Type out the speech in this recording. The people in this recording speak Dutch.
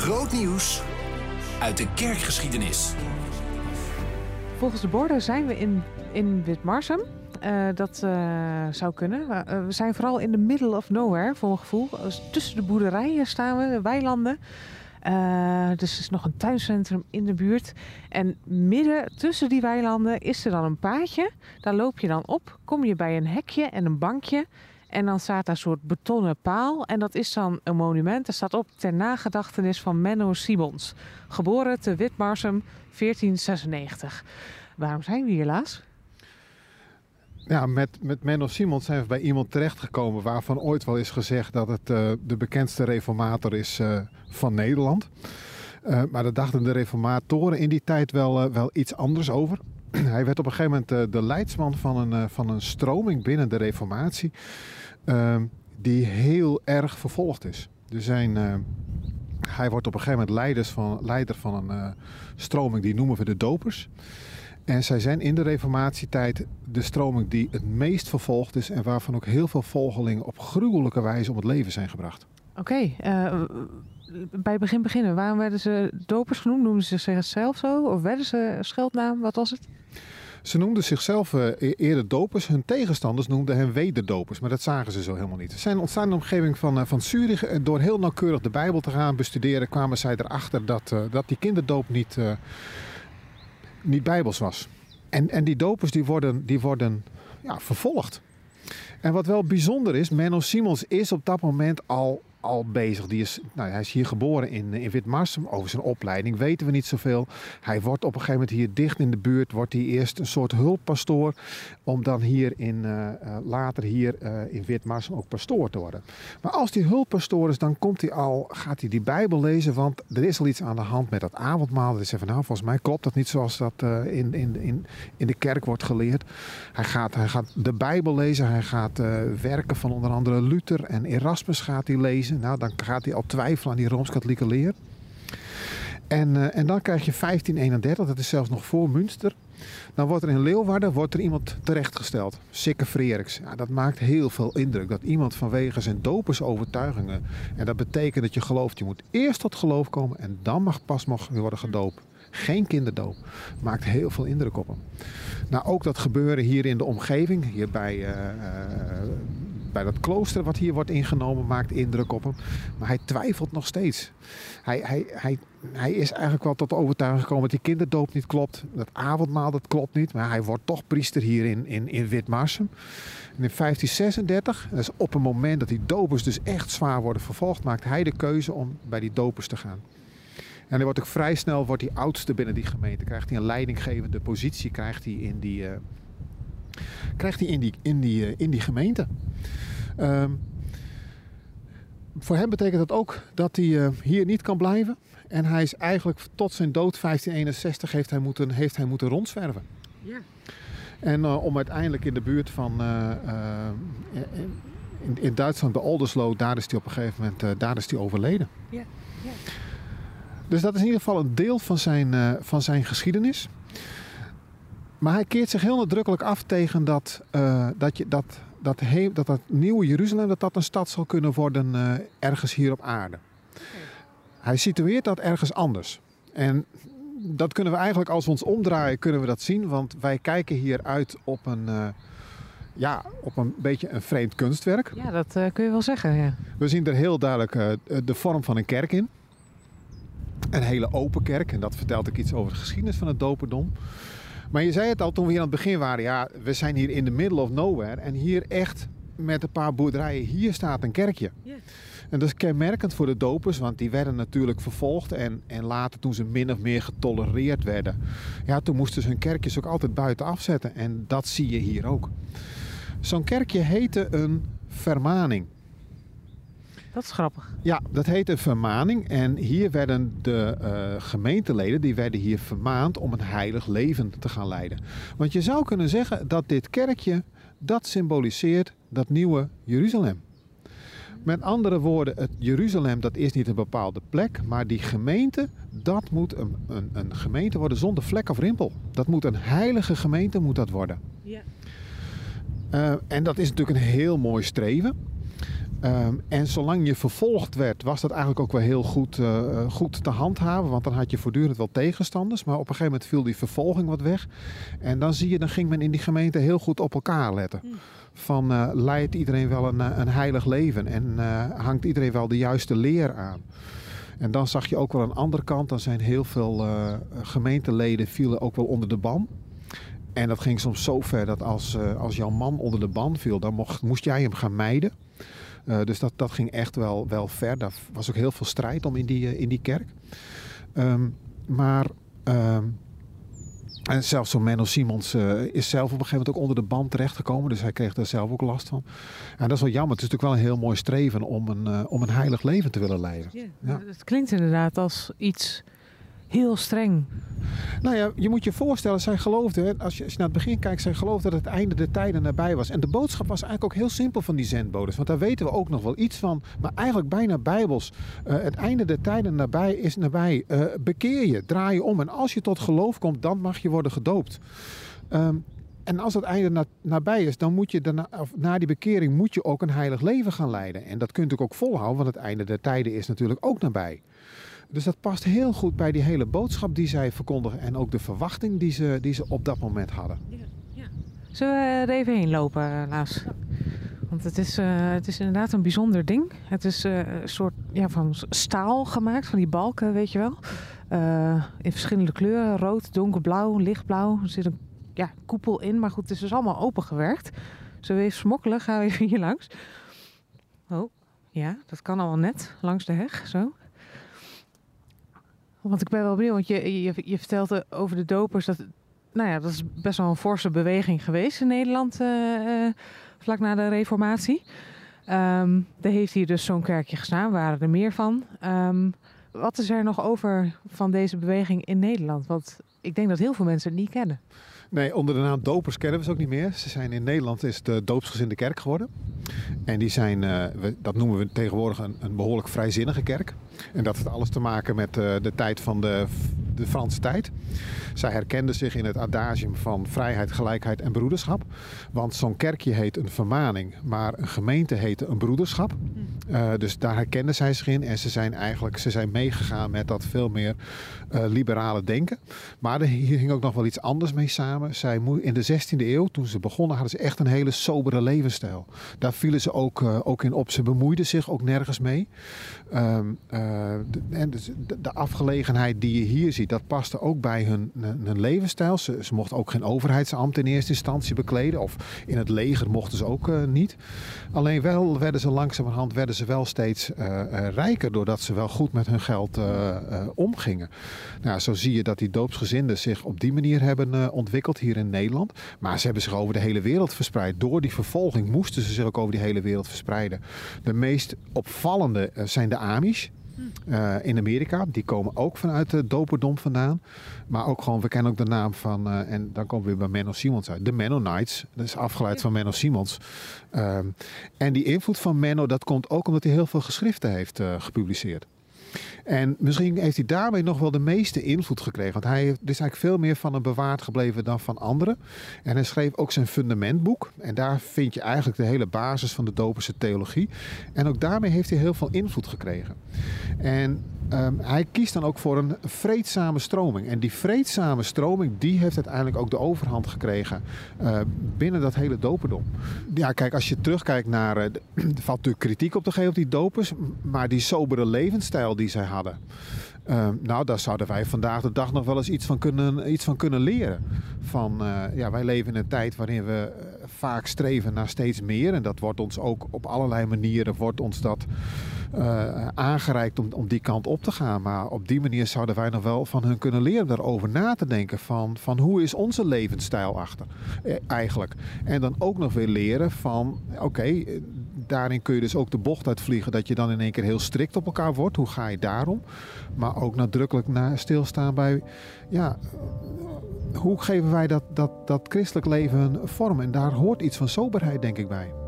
Groot nieuws uit de kerkgeschiedenis. Volgens de borden zijn we in Witmarsum. Dat zou kunnen. We zijn vooral in the middle of nowhere, voor mijn gevoel. Tussen de boerderijen staan we, de weilanden. Dus er is nog een tuincentrum in de buurt. En midden tussen die weilanden is er dan een paadje. Daar loop je dan op. Kom je bij een hekje en een bankje. En dan staat daar een soort betonnen paal. En dat is dan een monument. Er staat op ter nagedachtenis van Menno Simons. Geboren te Witmarsum 1496. Waarom zijn we hier, Laas? Ja, met Menno Simons zijn we bij iemand terechtgekomen waarvan ooit wel is gezegd dat het de bekendste reformator is van Nederland. Maar daar dachten de reformatoren in die tijd wel iets anders over. Hij werd op een gegeven moment de leidsman van een stroming binnen de reformatie die heel erg vervolgd is. Dus hij wordt op een gegeven moment leider van een stroming die noemen we de dopers. En zij zijn in de reformatietijd de stroming die het meest vervolgd is en waarvan ook heel veel volgelingen op gruwelijke wijze om het leven zijn gebracht. Oké, bij het beginnen. Waarom werden ze dopers genoemd? Noemden ze zichzelf zo? Of werden ze scheldnaam? Wat was het? Ze noemden zichzelf eerder dopers. Hun tegenstanders noemden hen wederdopers. Maar dat zagen ze zo helemaal niet. Ze zijn ontstaan in de omgeving van Zurich. Door heel nauwkeurig de Bijbel te gaan bestuderen kwamen zij erachter dat die kinderdoop niet bijbels was. En die dopers die worden vervolgd. En wat wel bijzonder is, Menno Simons is op dat moment al bezig. Hij is hier geboren in Witmarsum. Over zijn opleiding weten we niet zoveel. Hij wordt op een gegeven moment hier dicht in de buurt. Wordt hij eerst een soort hulppastoor. Om dan later hier in Witmarsum ook pastoor te worden. Maar als hij hulppastoor is, dan gaat hij die Bijbel lezen. Want er is al iets aan de hand met dat avondmaal. Dat is even, volgens mij klopt dat niet zoals dat in de kerk wordt geleerd. Hij gaat de Bijbel lezen. Hij gaat werken van onder andere Luther en Erasmus gaat hij lezen. Nou, dan gaat hij al twijfelen aan die Rooms-Katholieke leer. En dan krijg je 1531, dat is zelfs nog voor Münster. Dan wordt er in Leeuwarden iemand terechtgesteld. Sikke Freriks. Ja, dat maakt heel veel indruk. Dat iemand vanwege zijn dopersovertuigingen. En dat betekent dat je gelooft. Je moet eerst tot geloof komen en dan mag worden gedoopt. Geen kinderdoop. Maakt heel veel indruk op hem. Nou, ook dat gebeuren hier in de omgeving. Hier bij dat klooster wat hier wordt ingenomen maakt indruk op hem. Maar hij twijfelt nog steeds. Hij is eigenlijk wel tot de overtuiging gekomen dat die kinderdoop niet klopt. Dat avondmaal dat klopt niet. Maar hij wordt toch priester hier in Witmarsum. En in 1536, dat is op een moment dat die dopers dus echt zwaar worden vervolgd, maakt hij de keuze om bij die dopers te gaan. En hij wordt ook vrij snel oudste binnen die gemeente. Krijgt hij een leidinggevende positie in die gemeente. Voor hem betekent dat ook dat hij hier niet kan blijven. En hij is eigenlijk tot zijn dood 1561 heeft hij moeten rondzwerven. Ja. En om uiteindelijk in de buurt van in Duitsland bij Oldersloot, daar is hij op een gegeven moment overleden. Ja. Ja. Dus dat is in ieder geval een deel van zijn geschiedenis. Maar hij keert zich heel nadrukkelijk af tegen dat nieuwe Jeruzalem dat een stad zal kunnen worden ergens hier op aarde. Okay. Hij situeert dat ergens anders. En dat kunnen we eigenlijk, als we ons omdraaien, kunnen we dat zien. Want wij kijken hier uit op een beetje een vreemd kunstwerk. Ja, dat kun je wel zeggen. Ja. We zien er heel duidelijk de vorm van een kerk in. Een hele open kerk. En dat vertelt ook iets over de geschiedenis van het doperdom. Maar je zei het al toen we hier aan het begin waren. Ja, we zijn hier in the middle of nowhere. En hier echt met een paar boerderijen. Hier staat een kerkje. Yeah. En dat is kenmerkend voor de dopers. Want die werden natuurlijk vervolgd. En later toen ze min of meer getolereerd werden. Ja, toen moesten ze hun kerkjes ook altijd buiten afzetten. En dat zie je hier ook. Zo'n kerkje heette een vermaning. Dat is grappig. Ja, dat heet een vermaning. En hier werden de gemeenteleden, die werden hier vermaand om een heilig leven te gaan leiden. Want je zou kunnen zeggen dat dit kerkje, dat symboliseert dat nieuwe Jeruzalem. Met andere woorden, het Jeruzalem, dat is niet een bepaalde plek, maar die gemeente, dat moet een gemeente worden zonder vlek of rimpel. Dat moet een heilige gemeente moet dat worden. Ja. En dat is natuurlijk een heel mooi streven. En zolang je vervolgd werd, was dat eigenlijk ook wel heel goed te handhaven. Want dan had je voortdurend wel tegenstanders. Maar op een gegeven moment viel die vervolging wat weg. En dan ging men in die gemeente heel goed op elkaar letten. Van leidt iedereen wel een heilig leven? En hangt iedereen wel de juiste leer aan? En dan zag je ook wel aan de andere kant. Dan zijn heel veel gemeenteleden vielen ook wel onder de ban. En dat ging soms zo ver dat als jouw man onder de ban viel, dan moest jij hem gaan mijden. Dus dat ging echt wel ver. Daar was ook heel veel strijd om in die kerk. En zelfs zo'n Menno Simons is zelf op een gegeven moment ook onder de band terechtgekomen. Dus hij kreeg daar zelf ook last van. En dat is wel jammer. Het is natuurlijk wel een heel mooi streven om een heilig leven te willen leiden. Ja. Het klinkt inderdaad als iets heel streng. Nou ja, je moet je voorstellen, zij geloofden, als je naar het begin kijkt, zij geloofden dat het einde der tijden nabij was. En de boodschap was eigenlijk ook heel simpel van die zendbodes. Want daar weten we ook nog wel iets van, maar eigenlijk bijna bijbels. Het einde der tijden nabij is nabij. Bekeer je, draai je om. En als je tot geloof komt, dan mag je worden gedoopt. En als het einde nabij is, dan moet je na die bekering moet je ook een heilig leven gaan leiden. En dat kunt u ook volhouden, want het einde der tijden is natuurlijk ook nabij. Dus dat past heel goed bij die hele boodschap die zij verkondigen en ook de verwachting die ze op dat moment hadden. Ja. Zullen we er even heen lopen, Laas? Want het is inderdaad een bijzonder ding. Het is een soort van staal gemaakt, van die balken, weet je wel. In verschillende kleuren, rood, donkerblauw, lichtblauw. Er zit een koepel in, maar goed, het is dus allemaal opengewerkt. Zullen we even smokkelen? Gaan we even hier langs? Oh, ja, dat kan allemaal net, langs de heg, zo. Want ik ben wel benieuwd, want je vertelde over de dopers. Dat is best wel een forse beweging geweest in Nederland vlak na de Reformatie. Er heeft hier dus zo'n kerkje gestaan, waren er meer van. Wat is er nog over van deze beweging in Nederland? Want ik denk dat heel veel mensen het niet kennen. Nee, onder de naam dopers kennen we ze ook niet meer. Ze zijn in Nederland is de doopsgezinde kerk geworden. En die zijn, dat noemen we tegenwoordig een behoorlijk vrijzinnige kerk. En dat heeft alles te maken met de tijd van de Franse tijd. Zij herkenden zich in het adagium van vrijheid, gelijkheid en broederschap. Want zo'n kerkje heet een vermaning, maar een gemeente heette een broederschap. Dus daar herkenden zij zich in. En ze zijn meegegaan met dat veel meer liberale denken. Maar hier hing ook nog wel iets anders mee samen. In de 16e eeuw, toen ze begonnen, hadden ze echt een hele sobere levensstijl. Daar vielen ze ook in op. Ze bemoeiden zich ook nergens mee. De afgelegenheid die je hier ziet, dat paste ook bij hun levensstijl. Ze mochten ook geen overheidsambt in eerste instantie bekleden. Of in het leger mochten ze ook niet. Alleen wel werden ze langzamerhand wel steeds rijker, doordat ze wel goed met hun geld omgingen. Nou, zo zie je dat die doopsgezinden zich op die manier hebben ontwikkeld hier in Nederland. Maar ze hebben zich over de hele wereld verspreid. Door die vervolging moesten ze zich ook over die hele wereld verspreiden. De meest opvallende zijn de Amish. In Amerika, die komen ook vanuit de doperdom vandaan. Maar ook gewoon, we kennen ook de naam van, en dan komen we weer bij Menno Simons uit. De Mennonites, dat is afgeleid van Menno Simons. En die invloed van Menno, dat komt ook omdat hij heel veel geschriften heeft gepubliceerd. En misschien heeft hij daarmee nog wel de meeste invloed gekregen. Want hij is eigenlijk veel meer van hem bewaard gebleven dan van anderen. En hij schreef ook zijn fundamentboek. En daar vind je eigenlijk de hele basis van de doperse theologie. En ook daarmee heeft hij heel veel invloed gekregen. En hij kiest dan ook voor een vreedzame stroming. En die vreedzame stroming, die heeft uiteindelijk ook de overhand gekregen binnen dat hele doperdom. Ja, kijk, als je terugkijkt naar... er valt natuurlijk kritiek op te geven op die dopers. Maar die sobere levensstijl die zij hadden... daar zouden wij vandaag de dag nog wel eens iets van kunnen leren. Wij leven in een tijd waarin we vaak streven naar steeds meer. En dat wordt ons ook op allerlei manieren aangereikt om die kant op te gaan. Maar op die manier zouden wij nog wel van hun kunnen leren daarover na te denken. Van hoe is onze levensstijl eigenlijk. En dan ook nog weer leren van daarin kun je dus ook de bocht uitvliegen. Dat je dan in één keer heel strikt op elkaar wordt. Hoe ga je daarom? Maar ook nadrukkelijk stilstaan bij... hoe geven wij dat christelijk leven een vorm? En daar hoort iets van soberheid, denk ik, bij.